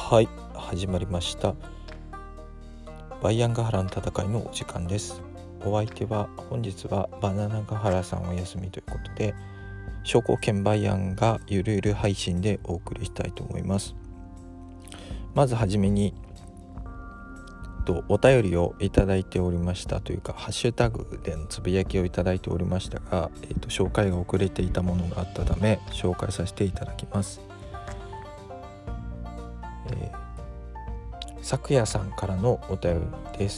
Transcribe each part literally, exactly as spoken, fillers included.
はい、始まりました。バイアンガハラの戦いのお時間です。お相手は本日はバナナガハラさんお休みということで、証拠兼バイアンがゆるゆる配信でお送りしたいと思います。まずはじめにとお便りをいただいておりましたというか、ハッシュタグでのつぶやきをいただいておりましたが、えーと、紹介が遅れていたものがあったため紹介させていただきます。えー昨夜さんからのお便りです。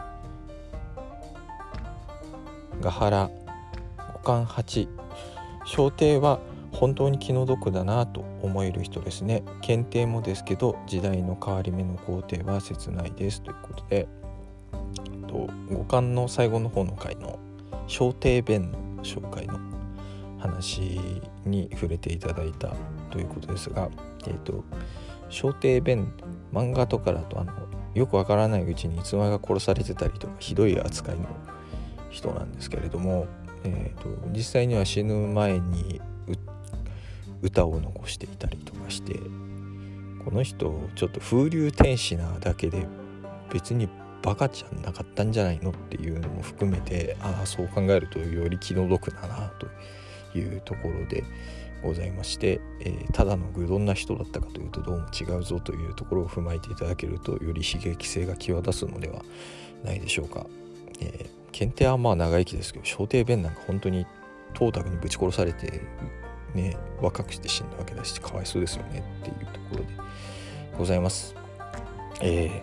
ガハラごかんはち、小艇は本当に気の毒だなと思える人ですね。検定もですけど時代の変わり目の工程は切ないですということで、とごかんの最後の方の回の小艇弁の紹介の話に触れていただいたということですが、えーと小艇弁漫画とかだとあのよくわからないうちに妻が殺されてたりとかひどい扱いの人なんですけれども、えーと実際には死ぬ前に歌を残していたりとかして、この人ちょっと風流天使なだけで別にバカじゃなかったんじゃないのっていうのも含めて、ああそう考えるとより気の毒だなというところでございまして、えー、ただの愚鈍な人だったかというとどうも違うぞというところを踏まえていただけるとより刺激性が際立つのではないでしょうか。えー、検定はまあ長生きですけど、小艇弁なんか本当にトータクにぶち殺されてね、若くして死んだわけだしかわいそうですよねっていうところでございます。え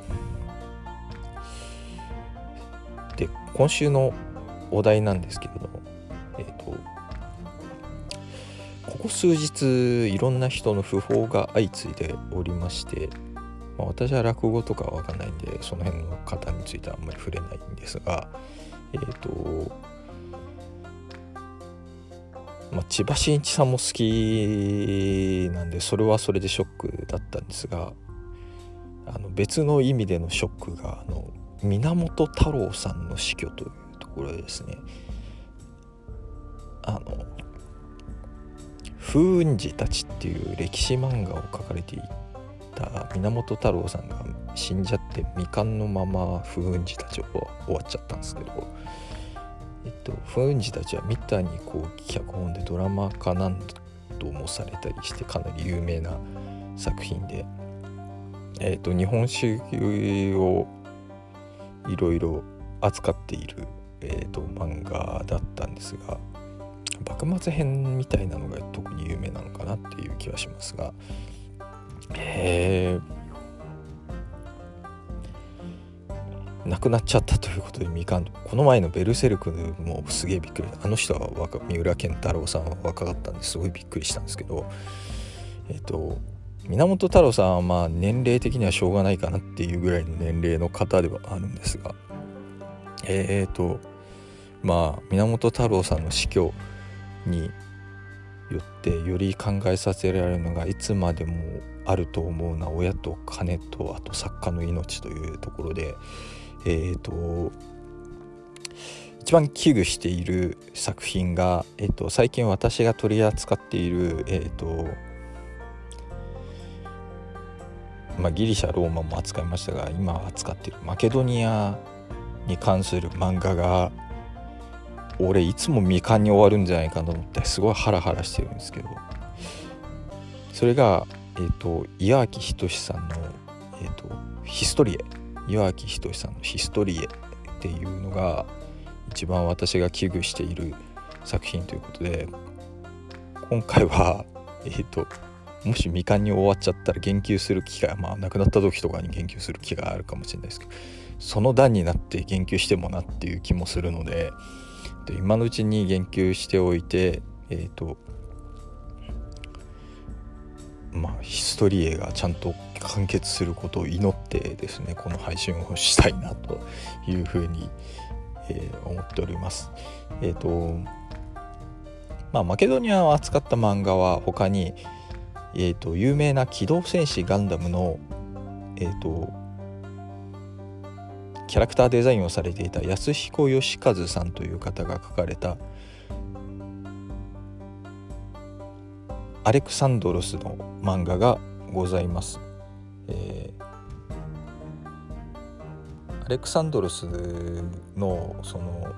ー、で今週のお題なんですけれども、えっとここ数日いろんな人の訃報が相次いでおりまして、まあ、私は落語とかは分かんないんでその辺の方についてはあんまり触れないんですが、えっとまあ、千葉真一さんも好きなんでそれはそれでショックだったんですが、あの別の意味でのショックがあの源太郎さんの死去というところでですね、あの風雲児たちっていう歴史漫画を描かれていた源太郎さんが死んじゃって未完のまま風雲児たちは終わっちゃったんですけど、えっと、風雲児たちは三谷幸喜脚本でドラマ化何度もされたりしてかなり有名な作品で、えっと、日本史をいろいろ扱っている、えっと、漫画だったんですが、幕末編みたいなのが特に有名なのかなっていう気はしますが、えー、亡くなっちゃったということで未完。この前のベルセルクもすげえびっくり。あの人は若三浦健太郎さんは若かったんですごいびっくりしたんですけど、えっと源太郎さんはまあ年齢的にはしょうがないかなっていうぐらいの年齢の方ではあるんですが、えっとまあ源太郎さんの死去によってより考えさせられるのがいつまでもあると思うな親と金とあと作家の命というところで、えーと一番危惧している作品が、えーと最近私が取り扱っている、えーとまあ、ギリシャローマも扱いましたが今扱っているマケドニアに関する漫画が俺いつも未完に終わるんじゃないかと思ってすごいハラハラしてるんですけど、それが、えーと、岩脇仁さんの、えーと、ヒストリエ岩脇仁さんのヒストリエっていうのが一番私が危惧している作品ということで、今回は、えーと、もし未完に終わっちゃったら言及する機会、まあ亡くなった時とかに言及する機会あるかもしれないですけど、その段になって言及してもなっていう気もするので、で今のうちに言及しておいて、えーとまあ、ヒストリエがちゃんと完結することを祈ってですね、この配信をしたいなというふうに、えー、思っております。えーとまあ、マケドニアを扱った漫画は他に、えーと有名な機動戦士ガンダムの、えーとキャラクターデザインをされていた安彦義和さんという方が書かれたアレクサンドロスの漫画がございます。 えー、アレクサンドロスのその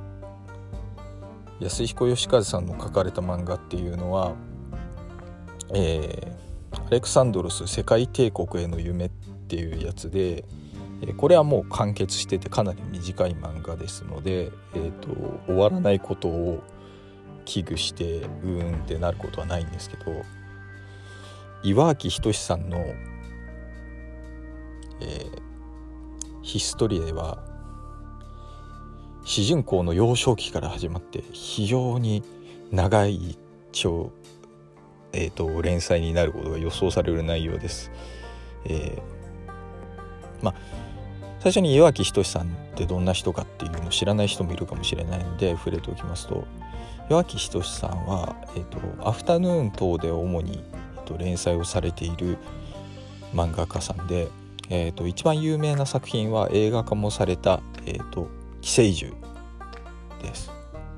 安彦義和さんの書かれた漫画っていうのは、えー、アレクサンドロス世界帝国への夢っていうやつで、えー、これはもう完結しててかなり短い漫画ですので、えーと、終わらないことを危惧してうーんってなることはないんですけど、岩脇仁さんの、えー、ヒストリエは主人公の幼少期から始まって非常に長い超、えーと、連載になることが予想される内容です。えー、まあ最初に岩脇仁さんってどんな人かっていうのを知らない人もいるかもしれないので触れておきますと、岩脇仁さんは、えーと、アフタヌーン等で主に、えーと、連載をされている漫画家さんで、えーと、一番有名な作品は映画化もされた、えーと寄生獣です。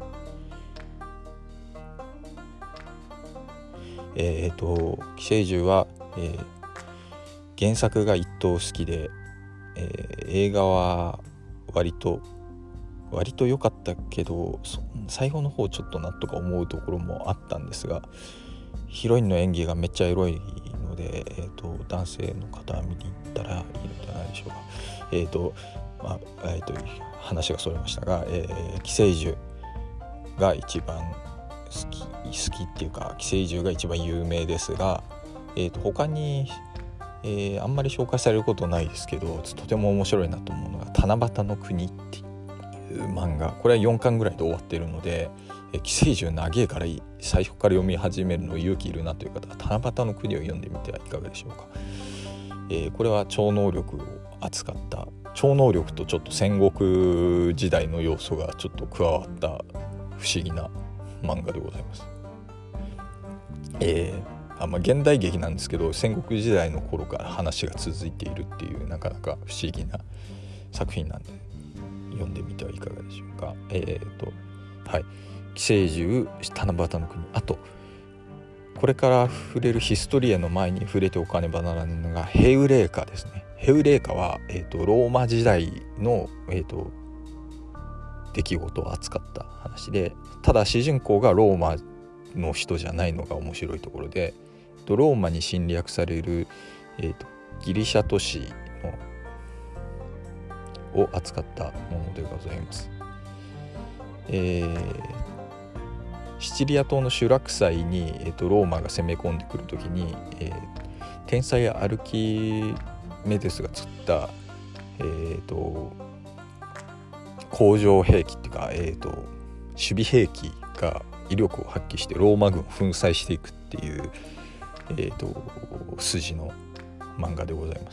えっ、ー、と寄生獣は、えー、原作が一等好きで、えー、映画は割と割と良かったけど最後の方ちょっとなとか思うところもあったんですが、ヒロインの演技がめっちゃエロいので、えー、と男性の方は見に行ったらいいのではないでしょうか。えーとまあえー、と話がそれましたが、えー、寄生獣が一番好き好きっていうか寄生獣が一番有名ですが、えー、と他に、えー、あんまり紹介されることないですけどとても面白いなと思うのが七夕の国っていう漫画、これはよんかんぐらいで終わっているので、えー、寄生獣長いから最初から読み始めるの勇気いるなという方は七夕の国を読んでみてはいかがでしょうか。えー、これは超能力を扱った超能力とちょっと戦国時代の要素がちょっと加わった不思議な漫画でございます。えーあまあ、現代劇なんですけど戦国時代の頃から話が続いているっていうなかなか不思議な作品なんで読んでみてはいかがでしょうか。えーとはい寄生獣七夕の国、あとこれから触れるヒストリエの前に触れておかねばならないのがヘウレーカですね。ヘウレーカは、えーと、ローマ時代の、えーと、出来事を扱った話で、ただ主人公がローマの人じゃないのが面白いところで、ローマに侵略される、えーと、ギリシャ都市のを扱ったものでございます。えーシチリア島のシュラクサイに、えー、とローマが攻め込んでくるときに、えー、天才アルキメデスが作った、えー、と工場兵器っていうか、えー、と守備兵器が威力を発揮してローマ軍を粉砕していくっていう、えー、と筋の漫画でございます。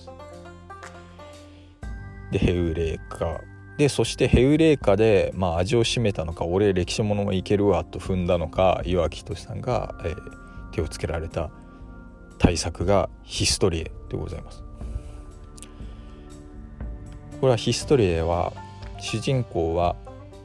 でヘウレーカで、そしてヘウレーカで、まあ、味を占めたのか俺歴史ものもいけるわと踏んだのか岩脇仁さんが、えー、手をつけられた大作がヒストリエでございます。これはヒストリエは主人公は、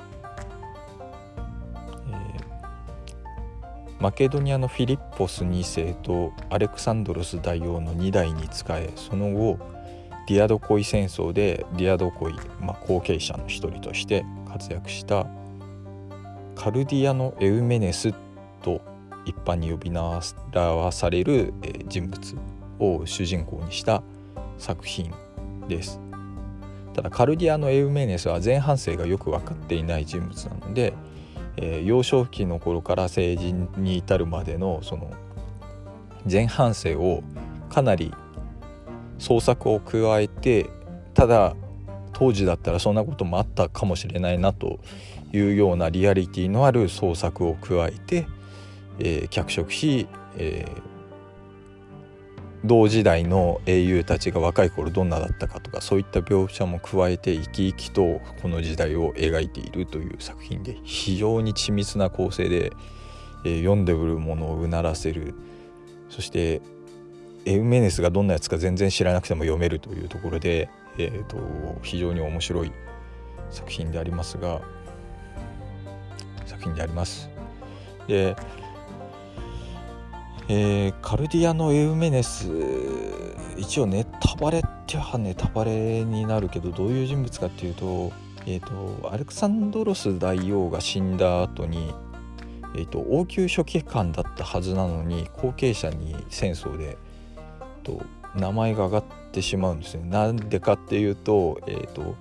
えー、マケドニアのフィリッポスにせいとアレクサンドロス大王のにだいに仕え、その後ディアドコイ戦争でディアドコイ、まあ、後継者の一人として活躍したカルディアのエウメネスと一般に呼び名わされる人物を主人公にした作品です。ただカルディアのエウメネスは前半生がよく分かっていない人物なので、えー、幼少期の頃から成人に至るまでのその前半生をかなり創作を加えて、ただ当時だったらそんなこともあったかもしれないなというようなリアリティのある創作を加えて、えー、脚色し、えー、同時代の英雄たちが若い頃どんなだったかとかそういった描写も加えて生き生きとこの時代を描いているという作品で、非常に緻密な構成で、えー、読んでくるものをうならせる、そしてエウメネスがどんなやつか全然知らなくても読めるというところで、えーと、非常に面白い作品でありますが作品であります。で、 えー、カルディアのエウメネス、一応ネタバレってはネタバレになるけど、どういう人物かっていうと、えーと、アレクサンドロス大王が死んだ後に、えーと、王宮書記官だったはずなのに後継者に戦争で、えーと、名前が上がってしまうんですね。なんでかっていうと、えーと、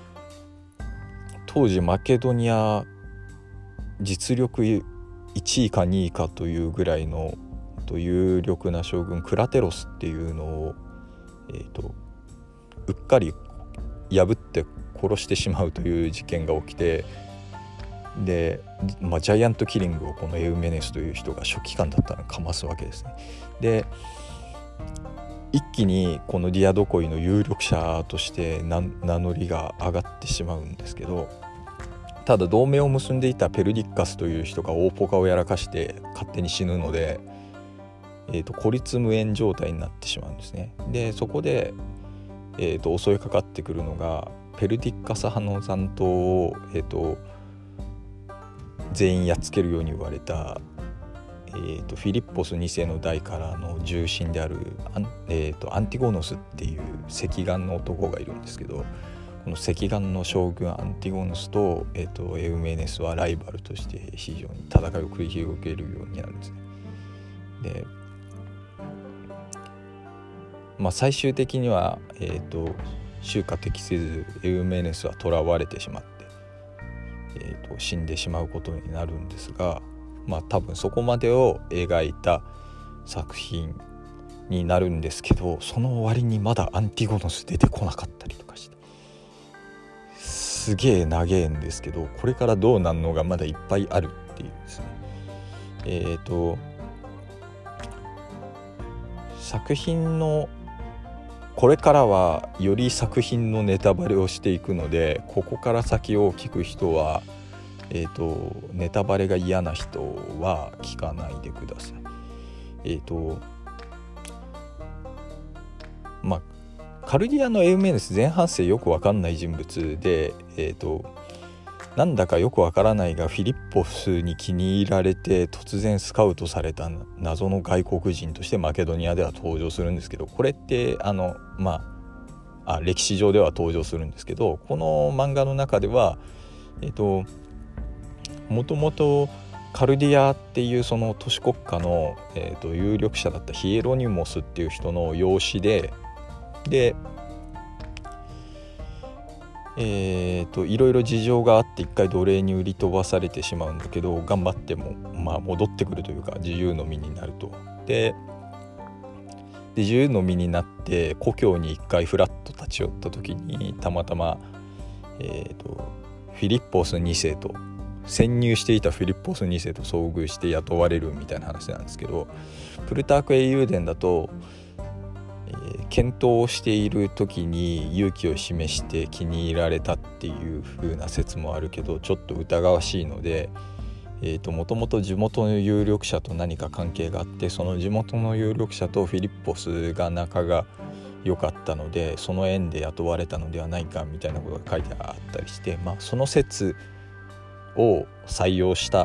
当時マケドニア実力いちいかにいかというぐらいの有力な将軍クラテロスっていうのを、えーと、うっかり破って殺してしまうという事件が起きて、で、まあ、ジャイアントキリングをこのエウメネスという人が書記官だったのをかますわけですね。で、一気にこのディアドコイの有力者として名乗りが上がってしまうんですけど、ただ同盟を結んでいたペルディッカスという人が大ポカをやらかして勝手に死ぬので、えーと、孤立無援状態になってしまうんですね。でそこで、えーと、襲いかかってくるのがペルディッカス派の残党を、えーと、全員やっつけるように言われた、えーと、フィリッポスにせいの代からの重臣であるアン、えーと、アンティゴノスっていう赤眼の男がいるんですけど、この赤眼の将軍アンティゴノスと、えーと、エウメネスはライバルとして非常に戦いを繰り広げるようになるんですね。でまあ、最終的には、えーと、収貨適せずエウメネスは囚われてしまって、えーと、死んでしまうことになるんですが、まあ多分そこまでを描いた作品になるんですけど、その終わりにまだアンティゴノス出てこなかったりとかして、すげえ長えんですけど、これからどうなるのがまだいっぱいあるっていうですね。えーと作品のこれからはより作品のネタバレをしていくので、ここから先を聞く人は、えーと、ネタバレが嫌な人は聞かないでください。えーとまあカルディアのエウメネス前半生よく分かんない人物で、えーとなんだかよくわからないがフィリッポスに気に入られて突然スカウトされた謎の外国人としてマケドニアでは登場するんですけど、これってあのまあ、あ歴史上では登場するんですけど、この漫画の中ではえっともともとカルディアっていうその都市国家の、えー、と有力者だったヒエロニモスっていう人の養子ででえーといろいろ事情があって一回奴隷に売り飛ばされてしまうんだけど、頑張っても、まあ、戻ってくるというか自由の身になると。でで自由の身になって故郷に一回フラッと立ち寄った時にたまたま、えーとフィリッポスにせいと潜入していたフィリッポスにせいと遭遇して雇われるみたいな話なんですけど、プルターク英雄伝だと検討をしている時に勇気を示して気に入られたっていう風な説もあるけど、ちょっと疑わしいので、えーと、もともと地元の有力者と何か関係があって、その地元の有力者とフィリッポスが仲が良かったのでその縁で雇われたのではないかみたいなことが書いてあったりして、まあ、その説を採用した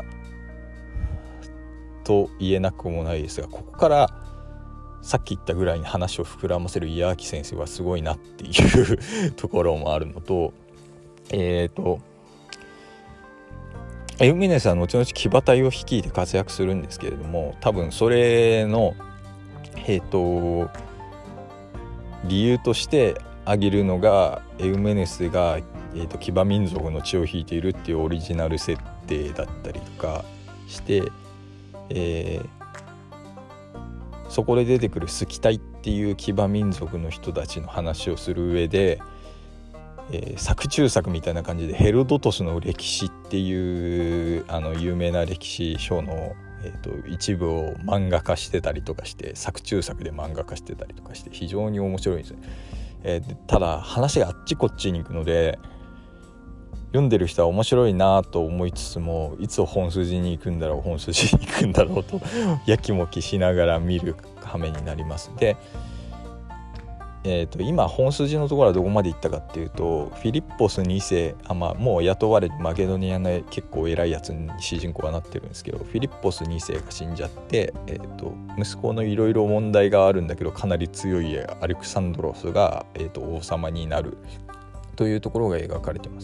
と言えなくもないですが、ここからさっき言ったぐらいに話を膨らませるイヤーキ先生はすごいなっていうところもあるのと、えっとエウメネスは後々騎馬隊を率いて活躍するんですけれども、多分それのえっと理由として挙げるのがエウメネスが、えーと、騎馬民族の血を引いているっていうオリジナル設定だったりとかして、えーそこで出てくるスキタイっていう騎馬民族の人たちの話をする上で、えー、作中作みたいな感じでヘロドトスの歴史っていうあの有名な歴史書の、えーと、一部を漫画化してたりとかして、作中作で漫画化してたりとかして非常に面白いんですよ、えー、ただ話があっちこっちに行くので読んでる人は面白いなと思いつつも、いつ本筋に行くんだろう本筋に行くんだろうとやきもきしながら見る羽目になります。でえー、と今本筋のところはどこまで行ったかっていうと、フィリッポスにせい、あ、まあ、もう雇われてマケドニアの結構偉いやつに主人公はなってるんですけど、フィリッポスにせいが死んじゃって、えー、と息子のいろいろ問題があるんだけどかなり強いアレクサンドロスが、えー、と王様になるというところが描かれています。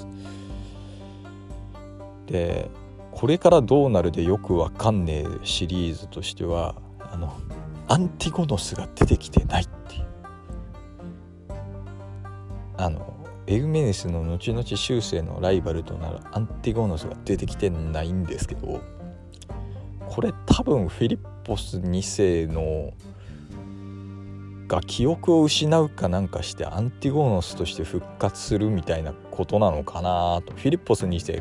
でこれからどうなるでよくわかんねえシリーズとしては、あのアンティゴノスが出てきてないっていう、あのエウメネスの後々終生のライバルとなるアンティゴノスが出てきてないんですけど、これ多分フィリッポスにせいのが記憶を失うかなんかしてアンティゴノスとして復活するみたいなことなのかなと。フィリッポスにせい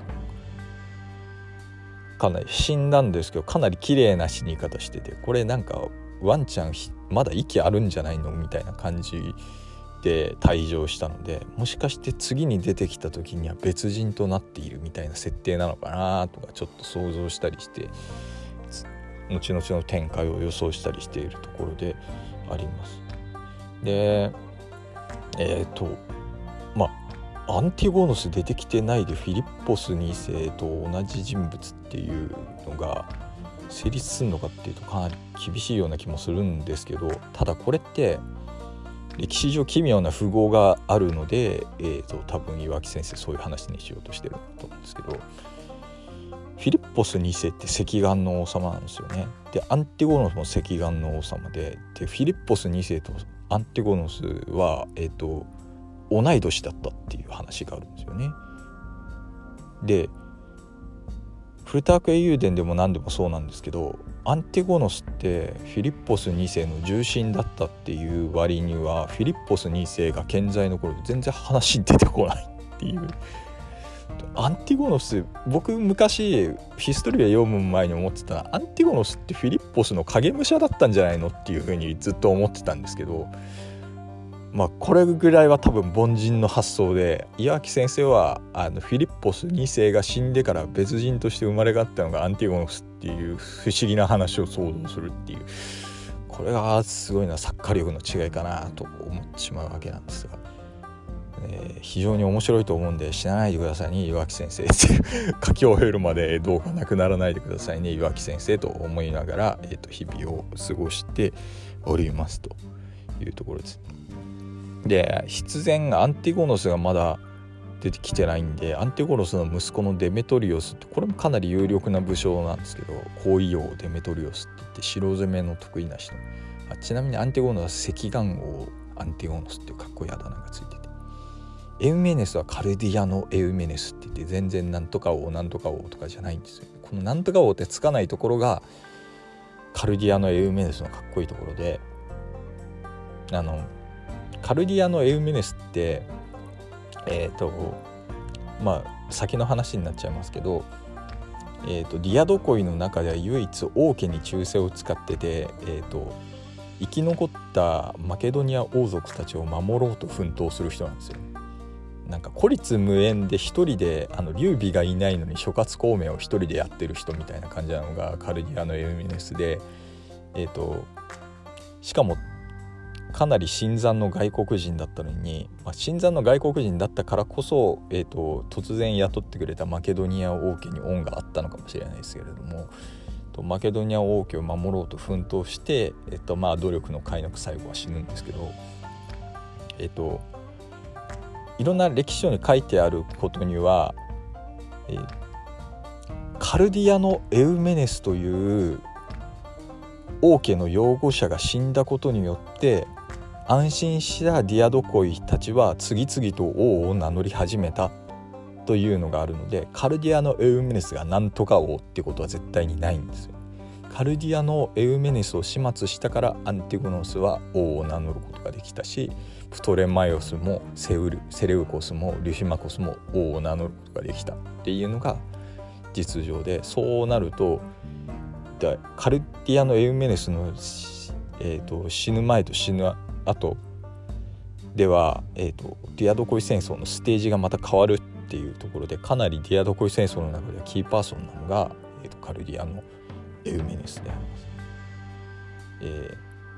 かなり死んだんですけど、かなり綺麗な死に方してて、これなんかワンちゃんまだ息あるんじゃないのみたいな感じで退場したので、もしかして次に出てきた時には別人となっているみたいな設定なのかなとかちょっと想像したりして、後々の展開を予想したりしているところであります。でえっ、ー、とまあアンティゴノス出てきてないでフィリッポスにせいと同じ人物っていうのが成立するのかっていうとかなり厳しいような気もするんですけど、ただこれって歴史上奇妙な符号があるので、えーと多分岩木先生そういう話にしようとしてるんだと思うんですけど、フィリッポスにせいって赤眼の王様なんですよね。でアンティゴノスも赤眼の王様で、でフィリッポスにせいとアンティゴノスはえっ、ー、と同い年だったっていう話があるんですよね。でプルターク英雄伝でも何でもそうなんですけど、アンティゴノスってフィリッポスにせいの重臣だったっていう割には、フィリッポスにせいが健在の頃全然話に出てこないっていう。アンティゴノス、僕昔ヒストリア読む前に思ってたら、アンティゴノスってフィリッポスの影武者だったんじゃないのっていう風にずっと思ってたんですけど、まあこれぐらいは多分凡人の発想で、岩木先生はあのフィリッポスにせいが死んでから別人として生まれ変わったのがアンティゴノスっていう不思議な話を想像するっていう、これがすごいな作家力の違いかなと思ってしまうわけなんですが、えー、非常に面白いと思うんで死なないでくださいね岩木先生って書き終えるまでどうかなくならないでくださいね岩木先生と思いながら、えー、と日々を過ごしておりますというところです。で必然アンティゴノスがまだ出てきてないんで、アンティゴノスの息子のデメトリオスって、これもかなり有力な武将なんですけど、好意王デメトリオスって言って城攻めの得意な人。あちなみにアンティゴノスは赤眼王アンティゴノスっていうかっこいいあだ名がついてて、エウメネスはカルディアのエウメネスって言って全然なんとか王なんとか王とかじゃないんですよ。このなんとか王ってつかないところがカルディアのエウメネスのかっこいいところで、あのカルディアのエウメネスってえっ、ー、とまあ先の話になっちゃいますけど、えーとディアドコイの中では唯一王家に忠誠を使ってて、えーと生き残ったマケドニア王族たちを守ろうと奮闘する人なんですよ。なんか孤立無縁で一人で、あの劉備がいないのに諸葛孔明を一人でやってる人みたいな感じなのがカルディアのエウメネスで、えーとしかもかなり新参の外国人だったのに、まあ、新参の外国人だったからこそ、えーと、突然雇ってくれたマケドニア王家に恩があったのかもしれないですけれども、とマケドニア王家を守ろうと奮闘して、えーとまあ、努力の甲斐なく最後は死ぬんですけど、えーと、いろんな歴史書に書いてあることには、えー、カルディアのエウメネスという王家の擁護者が死んだことによって安心したディアドコイたちは次々と王を名乗り始めたというのがあるので、カルディアのエウメネスがなんとか王ってことは絶対にないんですよ。カルディアのエウメネスを始末したからアンティゴノスは王を名乗ることができたし、プトレマイオスもセウルセレウコスもリュシマコスも王を名乗ることができたっていうのが実情で、そうなるとカルディアのエウメネスの、えー、と死ぬ前と死ぬ後では、えー、とディアドコイ戦争のステージがまた変わるっていうところで、かなりディアドコイ戦争の中ではキーパーソンなのが、えー、とカルディアのエウメネスであります。えー、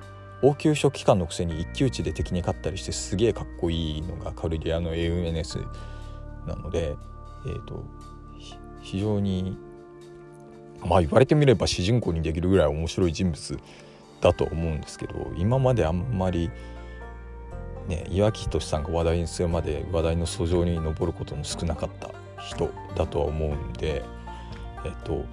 応急所機関のくせに一騎打ちで敵に勝ったりしてすげえかっこいいのがカルディアのエウメネスなので、えーと、非常にまあ言われてみれば主人公にできるぐらい面白い人物だと思うんですけど、今まであんまりね、岩城仁さんが話題にするまで話題の訴状に上ることの少なかった人だとは思うんで、えっと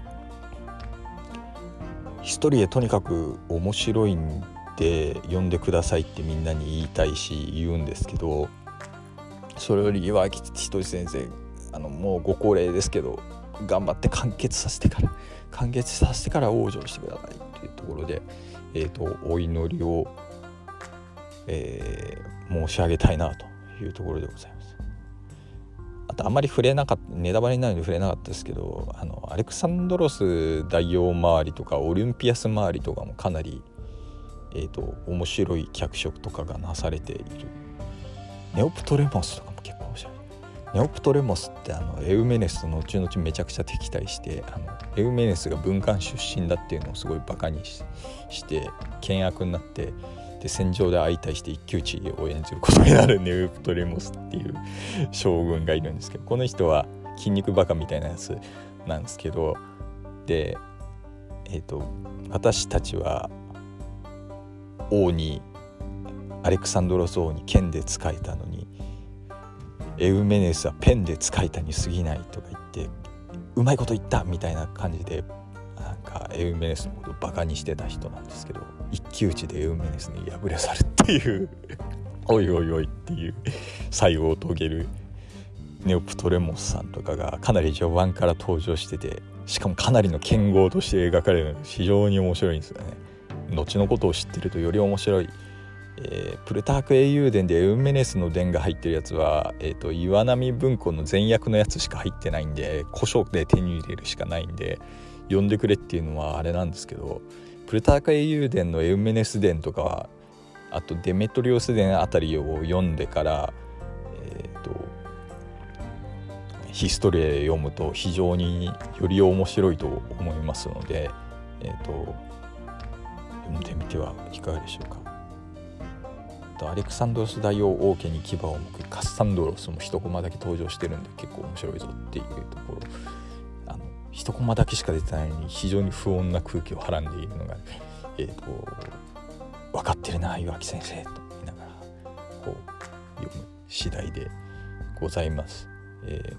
ヒストリエとにかく面白いんで読んでくださいってみんなに言いたいし言うんですけど、それより岩城仁先生あのもうご高齢ですけど頑張って完結させてから完結させてから往生してくださいっていうところで、えーと、お祈りを、えー、申し上げたいなというところでございます。あとあんまり触れなかったネタバレになるので触れなかったですけど、あのアレクサンドロス大王周りとかオリンピアス周りとかもかなり、えーと、面白い脚色とかがなされている。ネオプトレモスとかも結構面白い。ネオプトレモスってあのエウメネスと後々めちゃくちゃ敵対して、あのエウメネスが文官出身だっていうのをすごいバカに し, して険悪になって、で戦場で相対して一騎打ちを演じることになるネオプトレモスっていう将軍がいるんですけど、この人は筋肉バカみたいなやつなんですけど、で、えーと、私たちは王にアレクサンドロス王に剣で仕えたのにエウメネスはペンで仕えたに過ぎないとか言ってうまいこと言ったみたいな感じでなんかエウメネスのことをバカにしてた人なんですけど、一騎打ちでエウメネスに敗れ去るっていうおいおいおいっていう最後を遂げるネオプトレモスさんとかがかなり序盤から登場してて、しかもかなりの剣豪として描かれるので非常に面白いんですよね。後のことを知ってるとより面白い。えー、プルターク英雄伝でエウメネスの伝が入ってるやつは、えーと、岩波文庫の前訳のやつしか入ってないんで古書で手に入れるしかないんで読んでくれっていうのはあれなんですけど、プルターク英雄伝のエウメネス伝とかはあとデメトリオス伝あたりを読んでから、えーと、ヒストリエ読むと非常により面白いと思いますので、えーと、読んでみてはいかがでしょうか。アレクサンドロス大王王家に牙を向くカッサンドロスも一コマだけ登場してるんで結構面白いぞっていうところ、あの一コマだけしか出てないのに非常に不穏な空気をはらんでいるのが、えーと、分かってるな岩城先生と言いながらこう読む次第でございます。え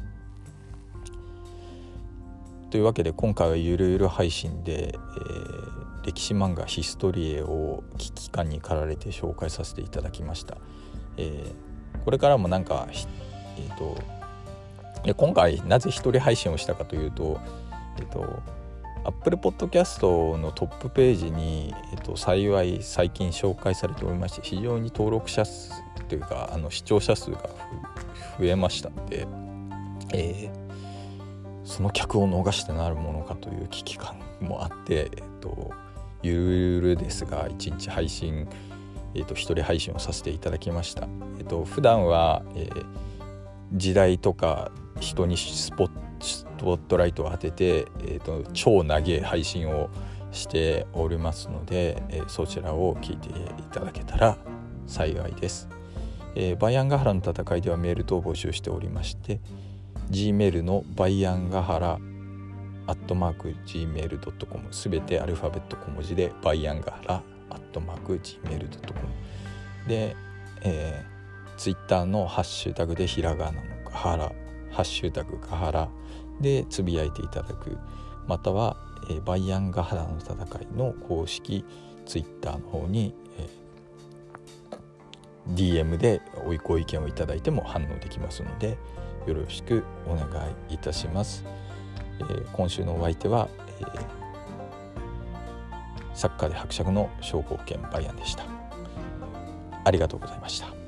ー、というわけで今回はゆるゆる配信で、えー歴史漫画ヒストリエを危機感に駆られて紹介させていただきました。えー、これからもなんか、えーと、で今回なぜ一人配信をしたかというと、えーと、Apple Podcast のトップページに、えーと、幸い最近紹介されておりまして、非常に登録者数というかあの視聴者数が増えましたので、えー、その客を逃してなるものかという危機感もあって、えーとゆるゆるですがいちにち配信、えー、と一人配信をさせていただきました。えー、と普段は、えー、時代とか人にスポッ、スポットライトを当てて、えー、と超長い配信をしておりますので、えー、そちらを聞いていただけたら幸いです。えー、バイアンガハラの戦いではメール等を募集しておりまして、 Gmail のバイアンガハラアットマーク ジーメールドットコム すべてアルファベット小文字でバイアンガハラアットマーク ジーメールドットコム で、えー、ツイッターのハッシュタグでひらがなのガハラハッシュタグガハラでつぶやいていただく、または、えー、バイアンガハラの戦いの公式ツイッターの方に、えー、ディーエム でご意見をいただいても反応できますのでよろしくお願いいたします。えー、今週のお相手は、えー、サッカーで伯爵の将校兼バイアンでした。ありがとうございました。